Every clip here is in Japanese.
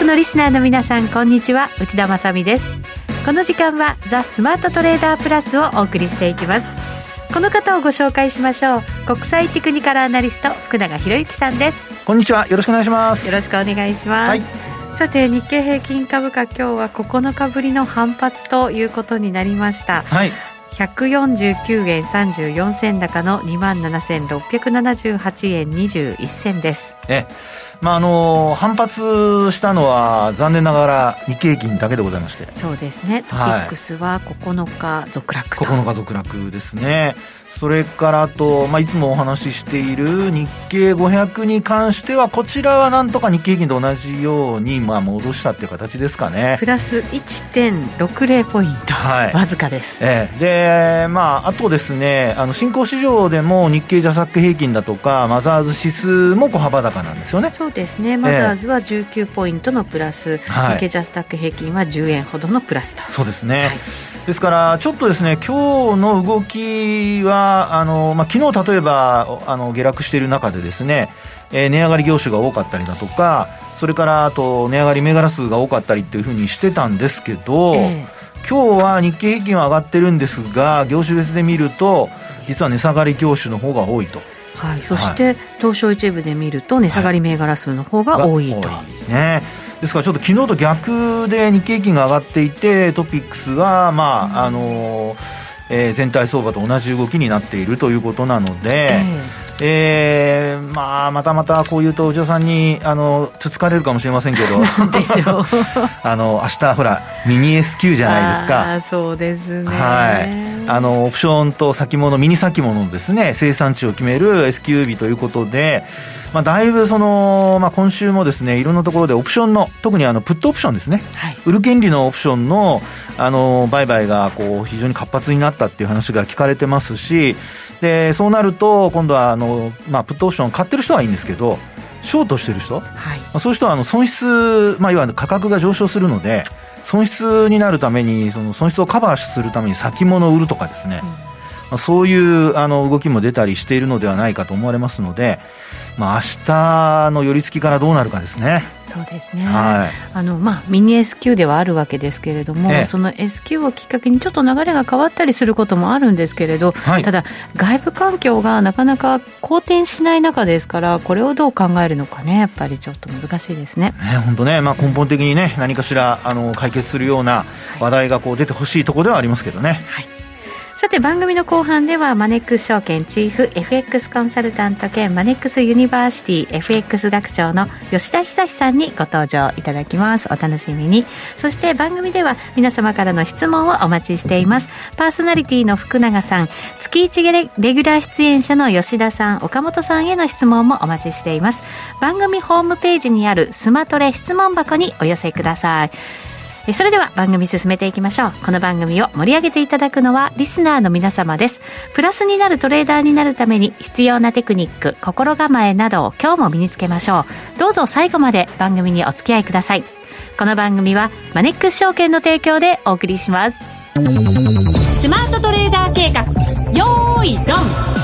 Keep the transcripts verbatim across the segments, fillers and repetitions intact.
局のリスナーの皆さん、こんにちは。内田まさみです。この時間はザ・スマートトレーダープラスをお送りしていきます。この方をご紹介しましょう。国際テクニカルアナリスト福永博之さんです。 こんにちは、よろしくお願いします。 よろしくお願いします、はい。さて、日経平均株価、今日はここのかぶりの反発ということになりました。はい、ひゃくよんじゅうきゅうえんさんじゅうよん銭高の にまんななせんろっぴゃくななじゅうはちえんにじゅういっ銭です。 えまあ、あの反発したのは残念ながら日経平均だけでございまして。 そうですね。トピックスはここのか続落と、 ここのか続落ですね。それからあと、まあ、いつもお話ししている日経ごひゃくに関しては、こちらはなんとか日経平均と同じように、まあ、戻したっていう形ですかね。 プラス いってんろくゼロ ポイント、はい、わずかです、 ええ、で、まあ、あとですね、あの新興市場でも日経ジャスダック平均だとかマザーズ指数も小幅高なんですよね。 そうですね。マザーズはじゅうきゅうポイントのプラス、えー、日経ジャスダック平均はじゅうえんほどのプラスと。 そうですね、はい。ですからちょっとですね、今日の動きはあの、まあ、昨日例えばあの下落している中でですね、えー、値上がり業種が多かったりだとか、それからあと値上がり銘柄数が多かったりっていうふうにしてたんですけど、えー、今日は日経平均は上がってるんですが、業種別で見ると実は値下がり業種の方が多いと。 はい、そして、はい、東証一部で見ると値下がり銘柄数の方が多いと、はい、 ね。ですからちょっと昨日と逆で日経平均が上がっていて、トピックスは、まあ、うん、あのえー、全体相場と同じ動きになっているということなので、えーえーまあ、またまたこういうと内田さんにあのつつかれるかもしれませんけどですよあの明日ほらミニ エスキュー じゃないですか。 あ、そうですね、 はい、あのオプションと先物、ミニ先物のですね、生産地を決める エスキュー 日ということで、まあ、だいぶその、まあ、今週もですね、いろんなところでオプションの、特にあのプットオプションですね、はい、売る権利のオプションの、あの売買がこう非常に活発になったっていう話が聞かれてますし、でそうなると今度はあの、まあ、プットオプション買ってる人はいいんですけど、ショートしてる人、はい、まあ、そういう人はあの損失、まあ、いわゆる価格が上昇するので損失になるために、その損失をカバーするために先物を売るとかですね、うん、まあ、そういうあの動きも出たりしているのではないかと思われますので、まあ、明日の寄り付きからどうなるかですね。 そうですね、はい、あのまあ、ミニ エスキュー ではあるわけですけれども、ええ、その エスキュー をきっかけにちょっと流れが変わったりすることもあるんですけれど、はい、ただ外部環境がなかなか好転しない中ですから、これをどう考えるのかね、やっぱりちょっと難しいですね。 ね、本当ね、まあ、根本的にね、何かしらあの解決するような話題がこう出てほしいところではありますけどね。はい。 さて、番組の後半ではマネックス証券チーフ エフエックス コンサルタント兼マネックスユニバーシティ エフエックス 学長の吉田久さんにご登場いただきます。お楽しみに。そして番組では皆様からの質問をお待ちしています。パーソナリティの福永さん、月いちレギュラー出演者の吉田さん、岡本さんへの質問もお待ちしています。番組ホームページにあるスマトレ質問箱にお寄せください。それでは番組進めていきましょう。この番組を盛り上げていただくのはリスナーの皆様です。プラスになるトレーダーになるために必要なテクニック、心構えなどを今日も身につけましょう。どうぞ最後まで番組にお付き合いください。この番組はマネックス証券の提供でお送りします。スマートトレーダー計画、よーいドン。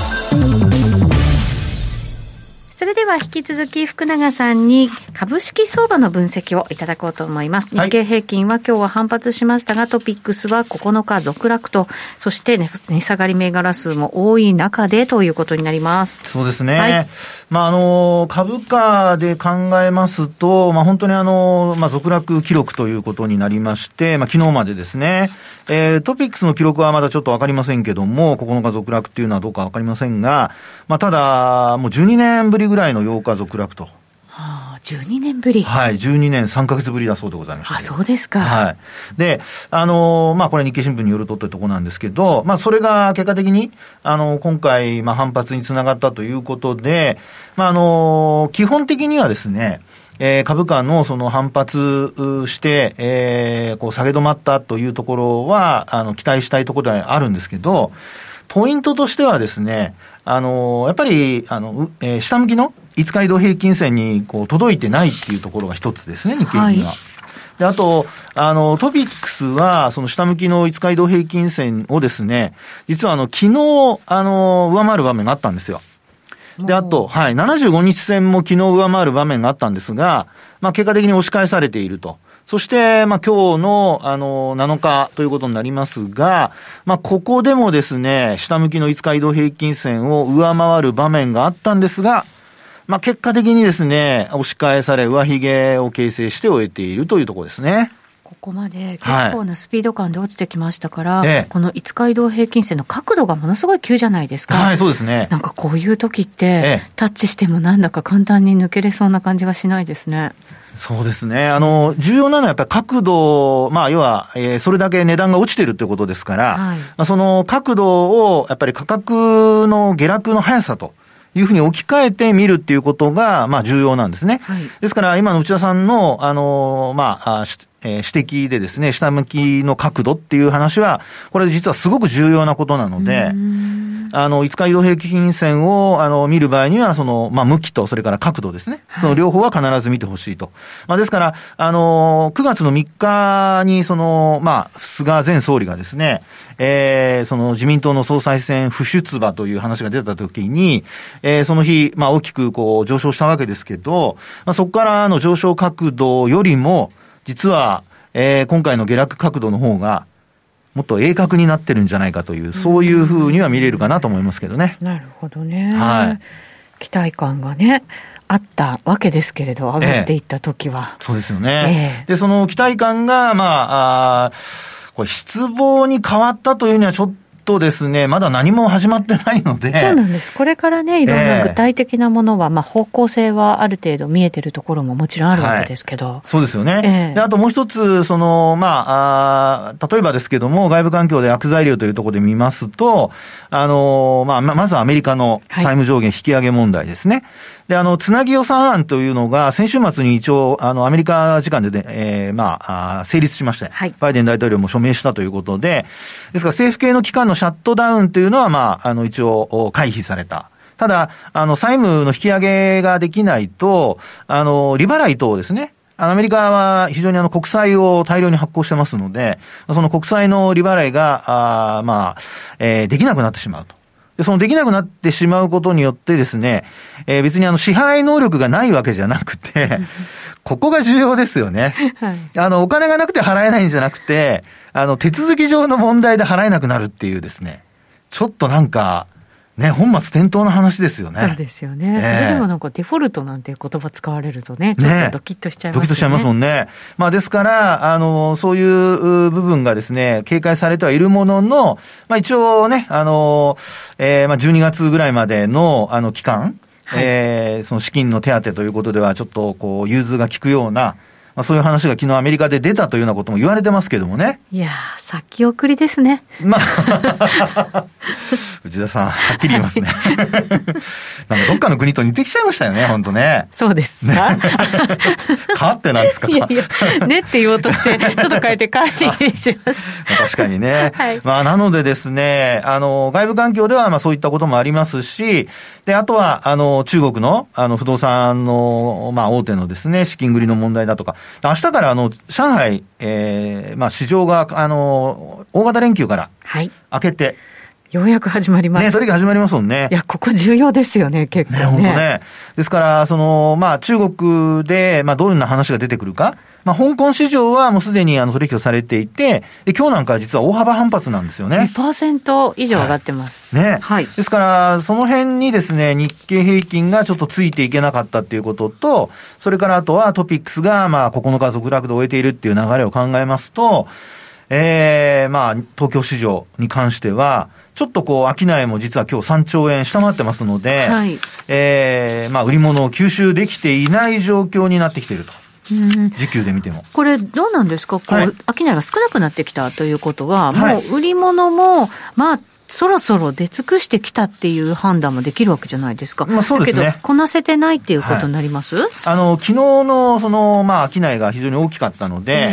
それでは引き続き福永さんに株式相場の分析をいただこうと思います。日経平均は今日は反発しましたが、トピックスはここのか続落と、そして値下がり銘柄数も多い中でということになります。 そうですね、はい。まあ、あの株価で考えますと、まあ、本当にあの、まあ、続落記録ということになりまして、まあ、昨日までですね、えー、トピックスの記録はまだちょっと分かりませんけども、ここのか続落っていうのはどうか分かりませんが、まあ、ただもうじゅうにねんぶりぐらいのようか続落と。 はあ、じゅうにねんぶり。 はい、じゅうにねんさんかげつぶりだそうでございました。 あ、そうですか。 はい。で、あのー、まあ、これ日経新聞によるとというところなんですけど、まあ、それが結果的に、あのー、今回、まあ、反発につながったということで、まあ、あのー、基本的にはですね、えー、株価のその反発して、えー、こう下げ止まったというところは、あの、期待したいところではあるんですけど、ポイントとしてはですね、あの、やっぱり、あの、えー、下向きのいつか移動平均線にこう届いてないっていうところが一つですね、日経平均は。はい、で、あと、あの、トピックスは、その下向きのいつか移動平均線をですね、実はあの、昨日、あの、上回る場面があったんですよ。 で、あと、はい、ななじゅうごにち線も昨日上回る場面があったんですが、まあ、結果的に押し返されていると。そして、まあ、今日の、あの、なのかということになりますが、まあ、ここでもですね、下向きのいつか移動平均線を上回る場面があったんですが、まあ、結果的にですね、押し返され、上髭を形成して終えているというところですね。 ここまで結構なスピード感で落ちてきましたから、 はい、 このいつか移動平均線の角度がものすごい急じゃないですか。 はい、そうですね。 なんかこういう時って、ええ、タッチしてもなんだか簡単に抜けれそうな感じがしないですね。 そうですね。あの、重要なのはやっぱり角度、まあ、要は、えー、それだけ値段が落ちてるってことですから、はい、まあ、その角度を、やっぱり価格の下落の速さというふうに置き換えて見るっていうことが、まあ、重要なんですね。はい、ですから、今の内田さんの、あの、まあ、えー、指摘でですね、下向きの角度っていう話は、これ実はすごく重要なことなので、あの、いつか移動平均線を、あの、見る場合には、その、まあ、向きと、それから角度ですね。はい、その両方は必ず見てほしいと。まあ、ですから、あの、くがつのみっかに、その、まあ、菅前総理がですね、えー、その自民党の総裁選不出馬という話が出たときに、えー、その日、まあ、大きくこう、上昇したわけですけど、まあ、そこからの上昇角度よりも、実は、えー、今回の下落角度の方が、もっと鋭角になってるんじゃないかという、そういうふうには見れるかなと思いますけどね。 なるほどね。はい。期待感がね、あったわけですけれど、上がっていったときは、 ええ。そうですよね。ええ、で、その期待感が、まあ、あこれ失望に変わったというにはちょっと、とですね、まだ何も始まってないので。 そうなんです。これからね、いろんな具体的なものは、えー、まあ方向性はある程度見えてるところももちろんあるわけですけど。はい、 そうですよね。えー、であともう一つ、その、まあ、あ例えばですけども、外部環境で悪材料というところで見ますと、あの、まあ、まずアメリカの債務上限引き上げ問題ですね。はい、で、あの、つなぎ予算案というのが、先週末に一応、あの、アメリカ時間でね、えー、まあ、成立しまして、はい、バイデン大統領も署名したということで、ですから政府系の機関のシャットダウンというのは、まあ、あの、一応、回避された。ただ、あの、債務の引き上げができないと、あの、利払い等ですね。アメリカは非常にあの国債を大量に発行してますので、その国債の利払いが、あまあ、えー、できなくなってしまうと。で、そのできなくなってしまうことによってですね、えー、別にあの支払い能力がないわけじゃなくて、ここが重要ですよね。はい、あの、お金がなくて払えないんじゃなくて、あの、手続き上の問題で払えなくなるっていうですね、ちょっとなんか、ね、本末転倒な話ですよね。 そうですよね。えー、それでもなんかデフォルトなんていう言葉使われるとね、ちょっとドキッとしちゃいますね。ドキッとしちゃいますもんね。まあですから、あの、そういう部分がですね、警戒されてはいるものの、まあ一応ね、あの、えー、まあじゅうにがつぐらいまでの、あの、期間、はい、えー、その資金の手当ということではちょっとこう、融通が効くような、まあ、そういう話が昨日アメリカで出たというようなことも言われてますけどもね。 いやー、先送りですね。まあ、 内田さん、はっきり言いますね。なんかどっかの国と似てきちゃいましたよね、本当ね。 そうですか。ね、 かってなんですか。 いやいや、ねって言おうとして、ちょっと変えて返しします。 確かにね。はい、まあ、なのでですね、あの、外部環境ではまあそういったこともありますし、で、あとは、あの、中国の、あの、不動産の、まあ、大手のですね、資金繰りの問題だとか、明日からあの、上海、えー、まあ、市場が、あの、大型連休から、明けて、はい、 ようやく始まります。 ね、取引始まりますもんね。 いや、ここ重要ですよね、結構ね。 ね、本当ね。ですから、その、まあ、中国で、まあ、どんな話が出てくるか。まあ、香港市場はもうすでにあの取引をされていて、で、今日なんかは実は大幅反発なんですよね。 にパーセント 以上上がってます。 はい、ね。はい。ですから、その辺にですね、日経平均がちょっとついていけなかったっていうことと、それからあとはトピックスが、まあ、ここのか続落で終えているっていう流れを考えますと、えー、まあ、東京市場に関しては、ちょっとこう、商いも実は今日さんちょうえん下回ってますので、はい、えー、まあ、売り物を吸収できていない状況になってきていると。うん、時給で見ても。 これどうなんですか、こう、はい、商いが少なくなってきたということは、はい、もう売り物も、まあ、そろそろ出尽くしてきたっていう判断もできるわけじゃないですか。 まあそうですね。 だけど、こなせてないっていうことになります？はい、 あの、昨日の、その、まあ、商いが非常に大きかったので、えー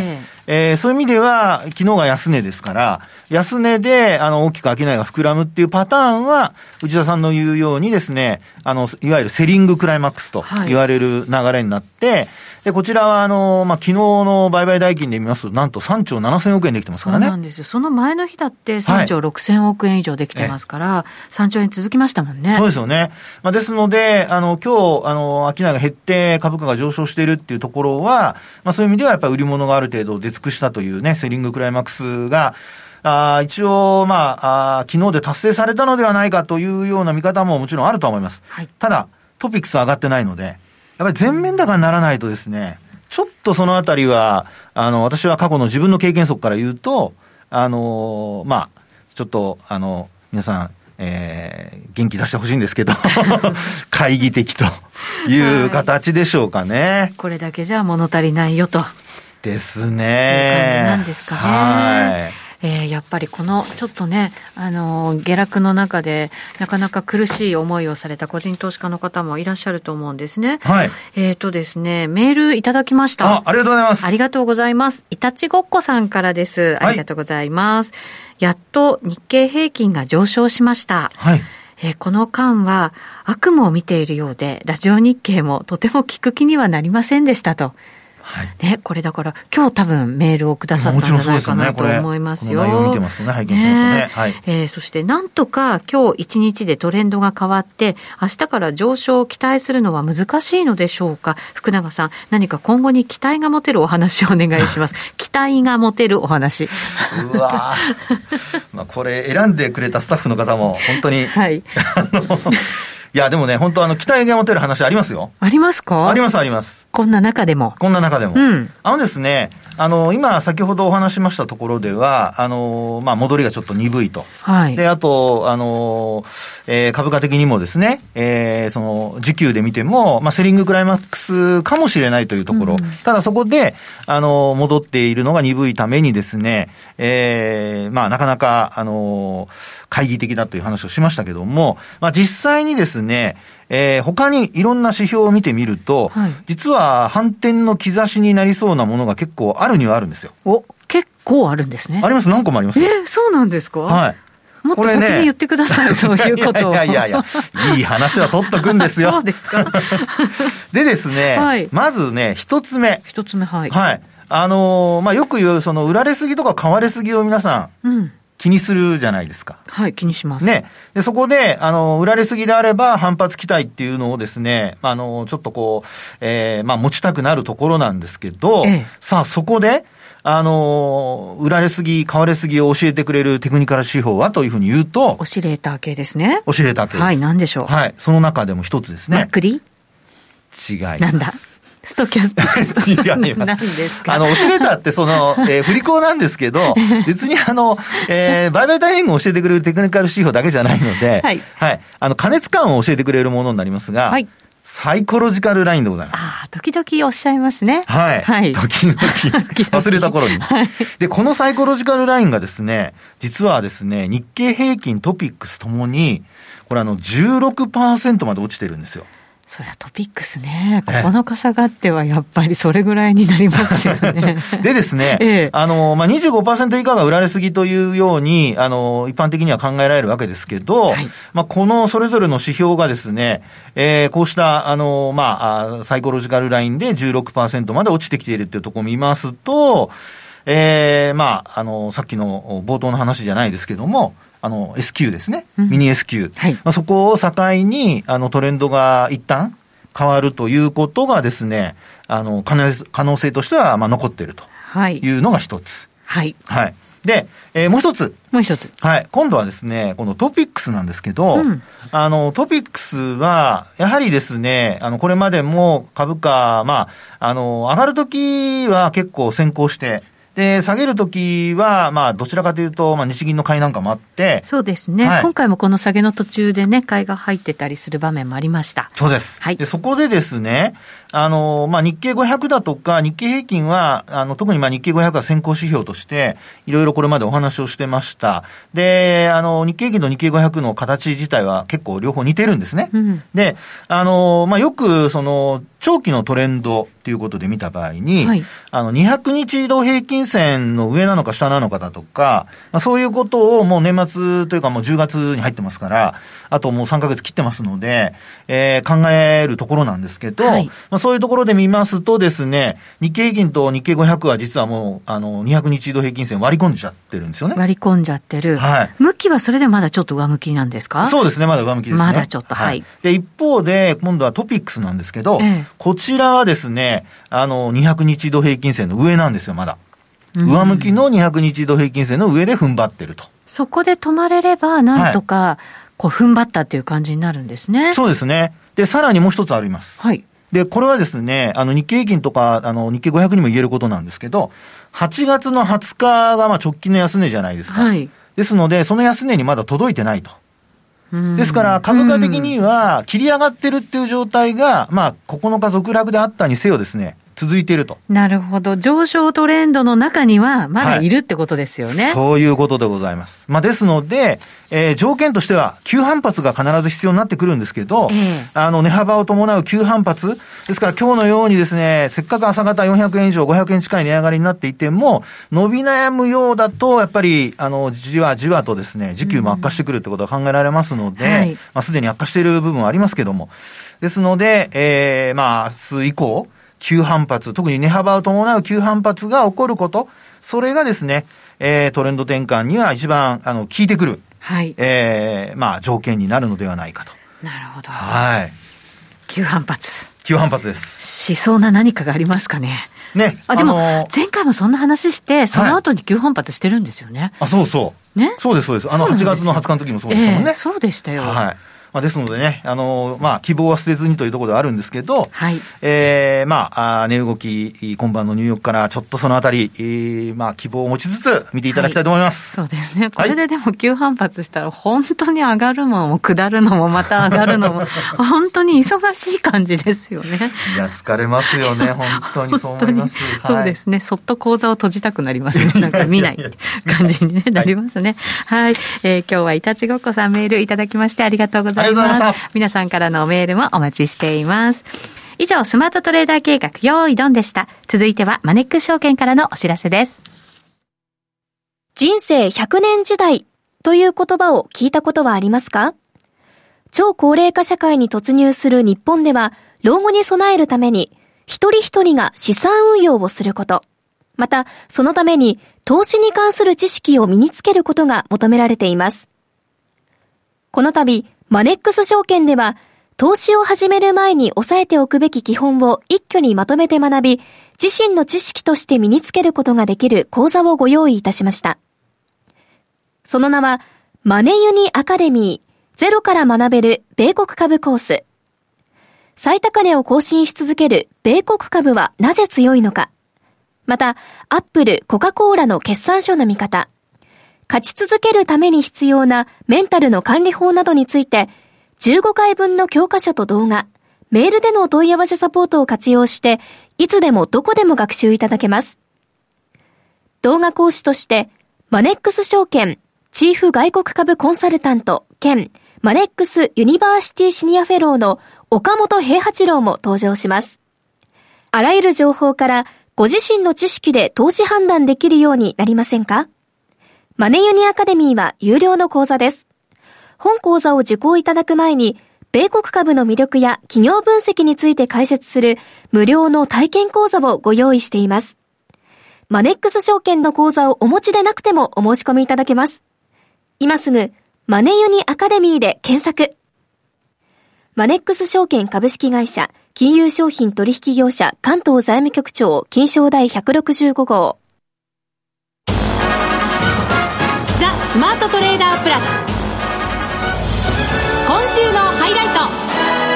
えー、そういう意味では、昨日が安値ですから、安値で、あの、大きく商いが膨らむっていうパターンは、内田さんの言うようにですね、あの、いわゆるセリングクライマックスと言われる流れになって、はい、で、こちらは、あの、まあ、昨日の売買代金で見ますと、なんとさんちょうななせんおくえんできてますからね。 そうなんですよ。その前の日だってさんちょうろくせんおくえん以上できてますから、はい、さんちょうえん続きましたもんね。 そうですよね。まあ、ですので、あの、今日、あの、商いが減って株価が上昇しているっていうところは、まあ、そういう意味ではやっぱり売り物がある程度出尽くしたというね、セリングクライマックスが、あ一応、まあ、あ昨日で達成されたのではないかというような見方ももちろんあると思います。はい、ただ、トピックス上がってないので、やっぱり全面高にならないとですね、ちょっとそのあたりは、あの、私は過去の自分の経験則から言うと、あの、まあ、ちょっと、あの、皆さん、えー、元気出してほしいんですけど、懐疑的という形でしょうかね。はい、 これだけじゃ物足りないよと。 ですね。 いう感じなんですかね。 はい。 えー、やっぱりこのちょっとね、あのー、下落の中でなかなか苦しい思いをされた個人投資家の方もいらっしゃると思うんですね。 はい。 えっとですね、メールいただきました。 あ、ありがとうございます。 ありがとうございます。いたちごっこさんからです。ありがとうございます。はい、やっと日経平均が上昇しました。 はい。 えー、この間は悪夢を見ているようで、ラジオ日経もとても聞く気にはなりませんでしたと。はい、ね、これだから今日多分メールをくださったんじゃないかなと思いますよ。 もちろんそうですね。これ、この内容を見てますとね、拝見してますね。はい。 えー、そしてなんとか今日一日でトレンドが変わって明日から上昇を期待するのは難しいのでしょうか。福永さん、何か今後に期待が持てるお話をお願いします。期待が持てるお話。 うわまあこれ選んでくれたスタッフの方も本当に、はい、あのいやでもね、本当あの期待が持てる話ありますよ。 ありますか？ ありますあります。 こんな中でも。 こんな中でも。 うん、 あのですね、あの今先ほどお話しましたところでは、あのまあ戻りがちょっと鈍いと。はい。であとあの、えー、株価的にもですね、えー、その需給で見てもまあセリングクライマックスかもしれないというところ。うん、ただそこであの戻っているのが鈍いためにですね、えー、まあなかなかあの懐疑的だという話をしましたけども、まあ実際にですね、えー、他にいろんな指標を見てみると、はい、実は反転の兆しになりそうなものが結構あるにはあるんですよ。 お、結構あるんですね。 あります。何個もありますよ。 えー、そうなんですか？ はい。 もっと先に言ってください、ね、そういうことを。 いやいやいやいや、いい話は取っとくんですよ。 そうですか。 でですね、はい、まずね、一つ目。 一つ目、はい。 はい。あのー、まあ、よく言う、その、売られすぎとか買われすぎを皆さん、うん、気にするじゃないですか。 はい、気にします。 ね。で、そこで、あの、売られすぎであれば反発期待っていうのをですね、あの、ちょっとこう、えー、まあ、持ちたくなるところなんですけど、ええ、さあ、そこで、あの、売られすぎ、買われすぎを教えてくれるテクニカル指標はというふうに言うと、 オシレーター系ですね。 オシレーター系です。 はい、何でしょう。 はい、その中でも一つですね。 マックリ？ 違います。 なんだ。ストキャスティック。 違います。 何ですか？ あの、オシレーターってその、えー、振り子なんですけど、別にあの、えー、売買大変を教えてくれるテクニカル指標だけじゃないので、はい。はい。あの、加熱感を教えてくれるものになりますが、はい。サイコロジカルラインでございます。 ああ、時々おっしゃいますね。 はい。はい。時々、忘れた頃に。はい。で、このサイコロジカルラインがですね、実はですね、日経平均、トピックスともに、これあの、じゅうろくパーセント まで落ちてるんですよ。 そりゃトピックスね、ここのか下がってはやっぱりそれぐらいになりますよね。 でですね、ええ、あの、まあ、にじゅうごパーセント 以下が売られすぎというように、あの、一般的には考えられるわけですけど、はい、まあ、このそれぞれの指標がですね、えー、こうした、あの、まあ、サイコロジカルラインで じゅうろくパーセント まで落ちてきているっていうところを見ますと、えー、まあ、あの、さっきの冒頭の話じゃないですけども、あの エスキュー ですね、うん、ミニ エスキュー、はい、まあ、そこを境にあのトレンドが一旦変わるということがですね、あの可能、可能性としてはまあ残っているというのが一つ。はい。はい。で、えー、もう一つ。 もう一つ。 はい。今度はですね、このトピックスなんですけど、うん、あの、トピックスは、やはりですね、あの、これまでも株価、まあ、あの、上がるときは結構先行して、で、下げるときは、まあ、どちらかというと、まあ、日銀の買いなんかもあって。 そうですね、はい。今回もこの下げの途中でね、買いが入ってたりする場面もありました。 そうです。はい。で、そこでですね、あの、まあ、日経ごひゃくだとか、日経平均は、あの、特にまあ、日経ごひゃくは先行指標として、いろいろこれまでお話をしてました。で、あの、日経平均と日経ごひゃくの形自体は結構両方似てるんですね。うん、で、あの、まあ、よく、その、 長期のトレンドということで見た場合に、はい、あのにひゃくにち移動平均線の上なのか下なのかだとか、まあ、そういうことをもう年末というかもうじゅうがつに入ってますから、あともうさんかげつ切ってますので、えー、考えるところなんですけど、はい、まあ、そういうところで見ますとですね、日経平均と日経ごひゃくは実はもうあのにひゃくにち移動平均線割り込んじゃってるんですよね。 割り込んじゃってる。はい。向きはそれでまだちょっと上向きなんですか？ そうですね、まだ上向きですね。 まだちょっと、はい。はい、 で、一方で今度はトピックスなんですけど、ええ、こちらはですね、あのにひゃくにち移動平均線の上なんですよ、まだ。上向きのにひゃくにち移動平均線の上で踏ん張ってると。 そこで止まれればなんとか、はい、こう踏ん張ったっていう感じになるんですね。 そうですね。で、さらにもう一つあります。 はい。 で、これはですね、あの日経平均とかあの日経ごひゃくにも言えることなんですけど、はちがつのはつかがまあ直近の安値じゃないですか。はい。ですので、その安値にまだ届いてないと。ですから株価的には切り上がってるっていう状態が、まあここのか続落であったにせよですね、続いていると。 なるほど。上昇トレンドの中にはまだいるってことですよね。 はい、そういうことでございます。まあですので、えー、条件としては急反発が必ず必要になってくるんですけど、えー、あの値幅を伴う急反発ですから今日のようにですね、せっかく朝方よんひゃくえん以上ごひゃくえん近い値上がりになっていても伸び悩むようだとやっぱりあのじわじわとですね需給も悪化してくるってことが考えられますので、うん、はい、まあすでに悪化している部分はありますけども、ですので、えー、まあ明日以降急反発、特に値幅を伴う急反発が起こること、それがですね、えー、トレンド転換には一番あの効いてくる、はい、えー、まあ条件になるのではないかと。 なるほど。 はい。 急反発。 急反発です。 しそうな何かがありますかね。 ね。 あ、でも、あのー、前回もそんな話して、その後に急反発してるんですよね。はい、 あ、そうそう。ね。そうです、そうです。あのはちがつのはつかの時もそうでしたもんね。 えー、そうでしたよ。 はい。まあ、ですのでね、あのー、まあ、希望は捨てずにというところではあるんですけど、 はい。 えー、まあ、あ値動き、今晩のニューヨークからちょっとそのあたり、えー、まあ、希望を持ちつつ見ていただきたいと思います。 はい、そうですね。これででも急反発したら、本当に上がるのも下るのもまた上がるのも、本当に忙しい感じですよね。 いや、疲れますよね。本当にそう思います。はい、 そうですね。そっと口座を閉じたくなりますね。なんか見ない感じに、ね、なりますね。はい。はい、えー、今日はいたちごっこさんメールいただきましてありがとうございます。ありがとうございました。皆さんからのメールもお待ちしています。以上、スマートトレーダー計画用意ドンでした。続いてはマネックス証券からのお知らせです。 人生ひゃくねん時代という言葉を聞いたことはありますか？超高齢化社会に突入する日本では、老後に備えるために一人一人が資産運用をすること、またそのために投資に関する知識を身につけることが求められています。この度マネックス証券では、投資を始める前に押さえておくべき基本を一挙にまとめて学び、自身の知識として身につけることができる講座をご用意いたしました。その名は、マネユニアカデミー、ゼロから学べる米国株コース。最高値を更新し続ける米国株はなぜ強いのか。また、アップル、コカ・コーラの決算書の見方。勝ち続けるために必要なメンタルの管理法などについて、じゅうごかいぶんの教科書と動画、メールでのお問い合わせサポートを活用して、いつでもどこでも学習いただけます。動画講師として、マネックス証券、チーフ外国株コンサルタント兼マネックスユニバーシティシニアフェローの岡本平八郎も登場します。あらゆる情報からご自身の知識で投資判断できるようになりませんか？マネユニアカデミーは有料の講座です。本講座を受講いただく前に、米国株の魅力や企業分析について解説する無料の体験講座をご用意しています。マネックス証券の講座をお持ちでなくてもお申し込みいただけます。今すぐ、マネユニアカデミーで検索。マネックス証券株式会社、金融商品取引業者関東財務局長、金商第ひゃくろくじゅうご号。 ザ・スマートトレーダープラス。今週のハイライト。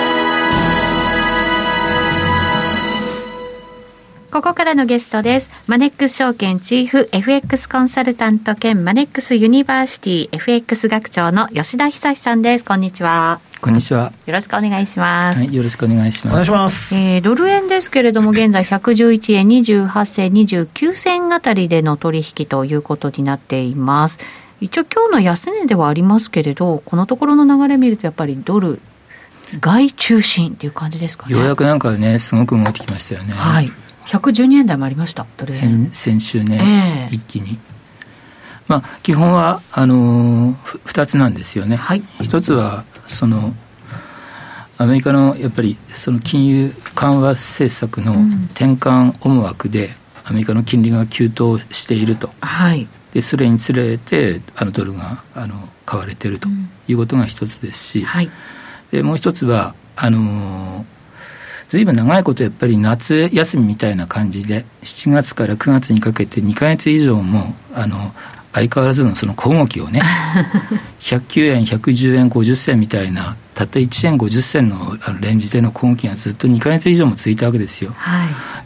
ここからのゲストです。マネックス証券チーフ エフエックス コンサルタント兼マネックスユニバーシティ エフエックス 学長の吉田久さんです。こんにちは。 こんにちは。 よろしくお願いします。 はい、よろしくお願いします。 お願いします。 えー、ドル円ですけれども現在ひゃくじゅういちえんにじゅうはちせんにじゅうきゅうせんあたりでの取引ということになっています。一応今日の安値ではありますけれど、このところの流れ見るとやっぱりドル買い中心っていう感じですかね。 ようやくなんかねすごく動いてきましたよね。 はい、ひゃくじゅうにえん台もありました。ドル円先, 先週ね、えー、一気に、まあ、基本はあのー、ふたつなんですよね。はい、ひとつはそのアメリカのやっぱりその金融緩和政策の転換思惑でアメリカの金利が急騰していると、はい、でそれにつれてあのドルがあの買われているということが一つですし、うん、はい、でもう一つはあのずいぶん長いことやっぱり夏休みみたいな感じでしちがつからくがつにかけてにかげつ以上もあの相変わらずのその小動きをねひゃくきゅうえんひゃくじゅうえんごじゅっせんみたいなたったいちえんごじゅっせん の, あのレンジでの小動きがずっとにかげつ以上も続いたわけですよ。はい、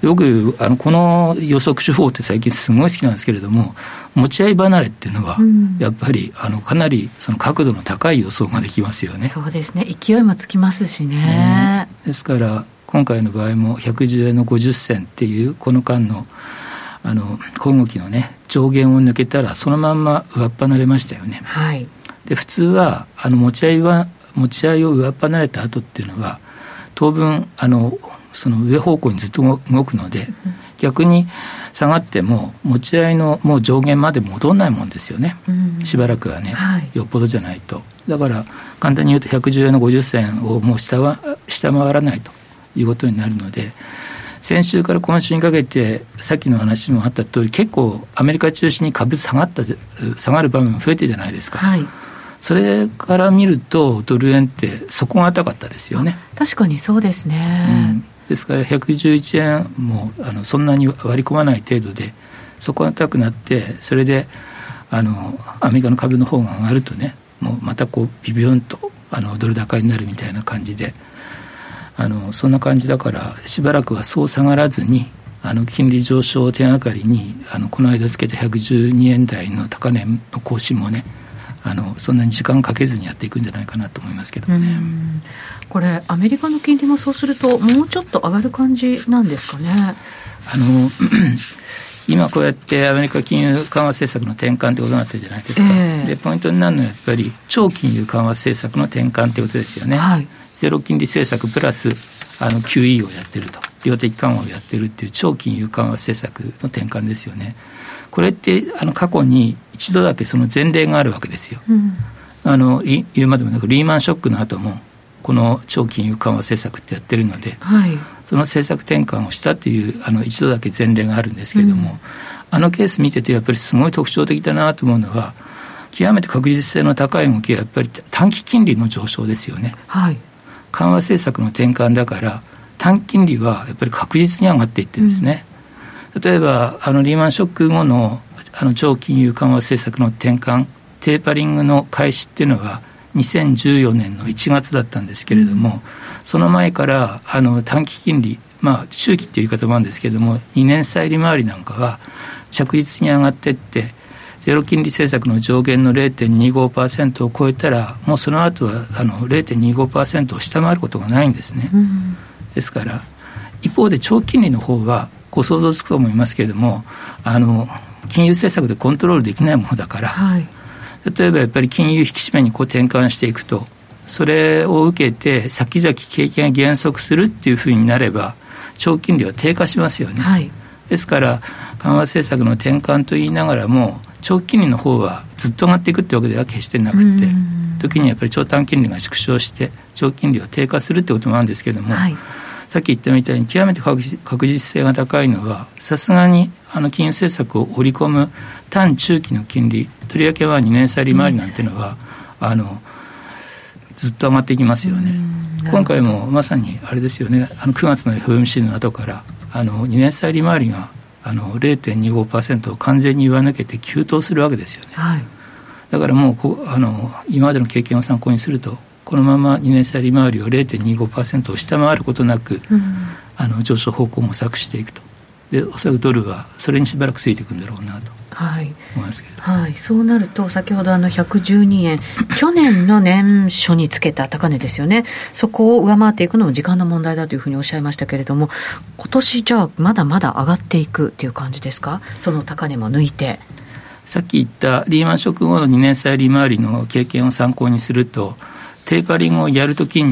僕あのこの予測手法って最近すごい好きなんですけれども、持ち合い離れっていうのは、うん、やっぱりあのかなりその角度の高い予想ができますよね。 そうですね、勢いもつきますし ね, ねですから今回の場合もひゃくじゅうえんのごじゅっせんっていうこの間のあの小動きのね上限を抜けたらそのまんま上っ離れましたよね。はい、で普通はあの持ち合いは持ち合いを上っ離れた後っていうのは当分あのその上方向にずっと動くので、うん、逆に下がっても持ち合いのもう上限まで戻らないもんですよね、うん、しばらくはね、はい、よっぽどじゃないと。だから簡単に言うとひゃくじゅうえんのごじゅっせんをもう 下, は下回らないということになるので、先週から今週にかけてさっきの話もあった通り結構アメリカ中心に株下がった下がる場面も増えてるじゃないですか。はい、それから見るとドル円って底が高かったですよね。 確かにそうですね、 うん、ですからひゃくじゅういちえんもあのそんなに割り込まない程度で底が高くなって、それであのアメリカの株の方が上がるとね、もうまたこうビビヨンとあのドル高になるみたいな感じで、あのそんな感じだからしばらくはそう下がらずにあの金利上昇を手がかりにあのこの間つけたひゃくじゅうにえん台の高値の更新もね、あのそんなに時間かけずにやっていくんじゃないかなと思いますけどね。うん、 これアメリカの金利もそうするともうちょっと上がる感じなんですかね。 あの今こうやってアメリカ金融緩和政策の転換ってことになってるじゃないですか、えー、でポイントになるのはやっぱり超金融緩和政策の転換ってことですよね。はい、ゼロ金利政策プラスあの キューイー をやってると、量的緩和をやってるっていう超金融緩和政策の転換ですよね。これってあの過去に一度だけその前例があるわけですよ。うん、あの言うまでもなくリーマンショックの後もこの超金融緩和政策ってやってるので、はい、その政策転換をしたというあの一度だけ前例があるんですけれども、うん、あのケース見ててやっぱりすごい特徴的だなと思うのは、極めて確実性の高い動きはやっぱり短期金利の上昇ですよね。はい、緩和政策の転換だから短期金利はやっぱり確実に上がっていってですね、うん、例えばあのリーマンショック後のあの超金融緩和政策の転換テーパリングの開始っていうのはにせんじゅうよねんのいちがつだったんですけれども、うん、その前からあの短期金利、まあ中期っていう言い方もあるんですけれどもにねん債利回りなんかは着実に上がっていって、ゼロ金利政策の上限の ゼロてんにごパーセント を超えたらもうその後はあの ゼロてんにごパーセント を下回ることがないんですね。うん、ですから一方で長期金利の方はご想像つくと思いますけれども、あの金融政策でコントロールできないものだから、はい、例えばやっぱり金融引き締めにこう転換していくと、それを受けて先々景気が減速するっていうふうになれば長期金利は低下しますよね。はい、ですから緩和政策の転換と言いながらも長期金利の方はずっと上がっていくってわけでは決してなくて、時にやっぱり長短金利が縮小して長期金利は低下するってこともあるんですけれども、はい、さっき言ったみたいに極めて確実性が高いのはさすがにあの金融政策を織り込む短中期の金利、とりわけはにねん債利回りなんていうのはあのずっと上がっていきますよね。今回もまさにあれですよね、あのくがつの エフオーエムシー の後からあのにねん債利回りがあの ゼロてんにごパーセント を完全に上抜けて急騰するわけですよね。はい、だからもうこあの今までの経験を参考にすると、このままにねん債利回りを ゼロてんにごパーセント を下回ることなく、うん、あの上昇方向を模索していくと。でおそらくドルはそれにしばらくついていくんだろうなと思いますけれど、 はいはい、そうなると先ほどあのひゃくじゅうにえん去年の年初につけた高値ですよね、そこを上回っていくのも時間の問題だというふうにおっしゃいましたけれども、今年じゃあまだまだ上がっていくっていう感じですか。その高値も抜いてさっき言ったリーマンショック後のにねん債利回りの経験を参考にすると、テーパリングをやるときに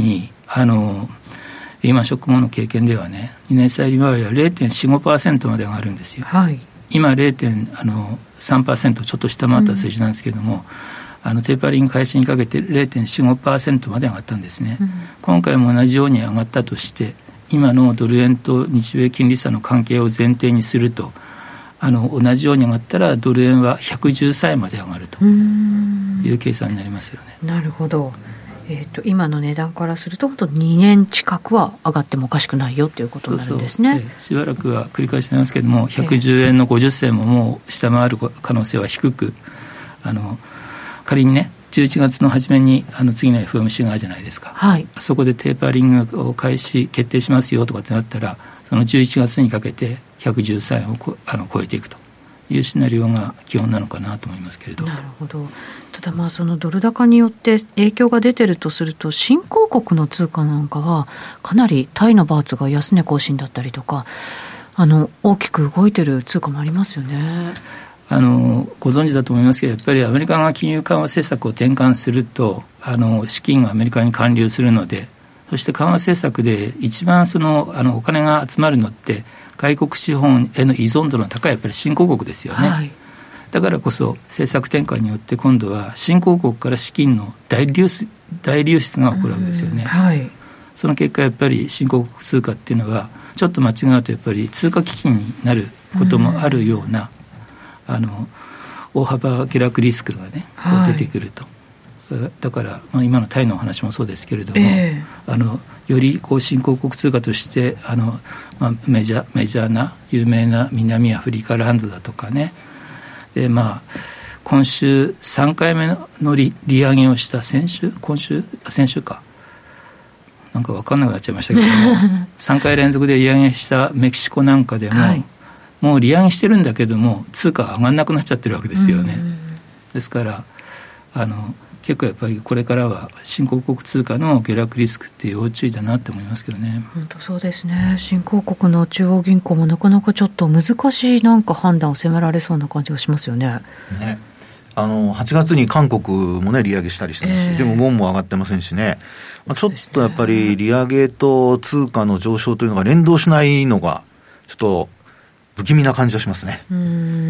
あのリーマンショック後の経験ではね、にねん債利回りは ゼロてんよんじゅうごパーセント まで上がるんですよ、はい、今 ゼロてんさんパーセント ちょっと下回った数字なんですけども、うん、あのテーパリング開始にかけて ゼロてんよんじゅうごパーセント まで上がったんですね、うん、今回も同じように上がったとして今のドル円と日米金利差の関係を前提にすると、あの同じように上がったらドル円はひゃくじゅうさえまで上がるという計算になりますよね。 なるほど。えー、と今の値段からすると本当にねん近くは上がってもおかしくないよということになるんですね。 そうそう、えー、しばらくは繰り返しますけどもひゃくじゅうえんのごじゅっ銭ももう下回る可能性は低く、あの仮にねじゅういちがつの初めにあの次の エフオーエムシー があるじゃないですか、はい、そこでテーパリングを開始決定しますよとかってなったら、そのじゅういちがつにかけてひゃくじゅうさんえんをこあの超えていくというシナリオが基本なのかなと思いますけれど。 なるほど。ただまあそのドル高によって影響が出てるとすると、新興国の通貨なんかはかなりタイのバーツが安値更新だったりとか、あの大きく動いてる通貨もありますよね。 あのご存知だと思いますけど、やっぱりアメリカが金融緩和政策を転換するとあの資金がアメリカに還流するので、そして緩和政策で一番そのあのお金が集まるのって外国資本への依存度の高いやっぱり新興国ですよね、はい、だからこそ政策転換によって今度は新興国から資金の大流出、大流出が起こるわけですよね、はい、その結果やっぱり新興国通貨っていうのはちょっと間違うとやっぱり通貨危機になることもあるような、あの大幅下落リスクがねこう出てくると、はい、だから、まあ、今のタイのお話もそうですけれども、えー、あのよりこう新興国通貨としてあの、まあ、メジャー、メジャーな有名な南アフリカランドだとかね、で、まあ、今週さんかいめの 利, 利上げをした先週今週先週かなんか分かんなくなっちゃいましたけどもさんかい連続で利上げしたメキシコなんかでも、はい、もう利上げしてるんだけども通貨が上がんなくなっちゃってるわけですよね。ですからあの結構やっぱりこれからは新興国通貨の下落リスクって要注意だなって思いますけどね。 本当そうですね。新興国の中央銀行もなかなかちょっと難しいなんか判断を迫られそうな感じがしますよね。 ね、あのはちがつに韓国もね利上げしたりしてますし、えー、でもウォンも上がってませんしね、まあ、ちょっとやっぱり利上げと通貨の上昇というのが連動しないのがちょっと不気味な感じがしますね。 うん、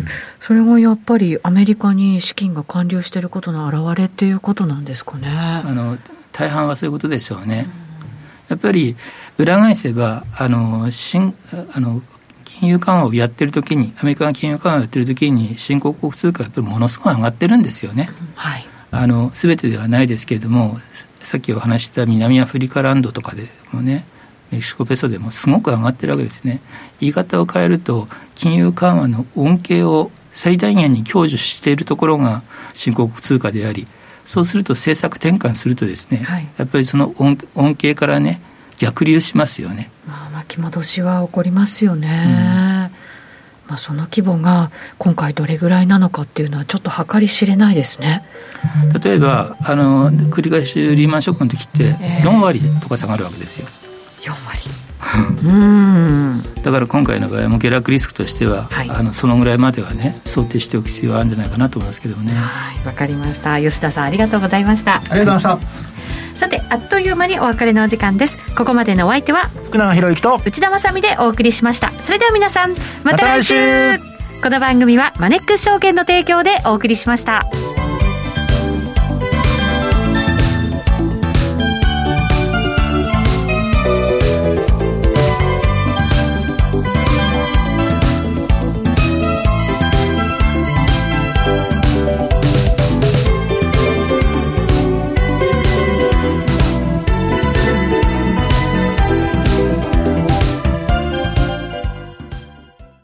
それがやっぱりアメリカに資金が還流していることの表れっていうことなんですかね。 あの大半はそういうことでしょうね。やっぱり裏返せばあの新あの金融緩和をやってるときにアメリカが金融緩和をやってるときに新興国通貨はやっぱりものすごい上がってるんですよね、はい、あの全てではないですけれども、さっきお話した南アフリカランドとかでもねメキシコペソでもすごく上がってるわけですね。言い方を変えると金融緩和の恩恵を最大限に享受しているところが新興国通貨であり、そうすると政策転換するとですね、はい、やっぱりその 恩, 恩恵からね逆流しますよね。 まあ、巻き戻しは起こりますよね、うん、まあ、その規模が今回どれぐらいなのかっていうのはちょっと計り知れないですね。 例えばあの繰り返しリーマンショックの時ってよんわりとか下がるわけですよ、 よんわりうんだから今回の場合も下落リスクとしては、はい、あのそのぐらいまではね想定しておく必要はあるんじゃないかなと思いますけどもね。 はい、わかりました。吉田さんありがとうございました。 ありがとうございました。 さてあっという間にお別れのお時間です。ここまでのお相手は福永博之と内田まさみでお送りしました。それでは皆さんまた来週、また来週。この番組はマネックス証券の提供でお送りしました。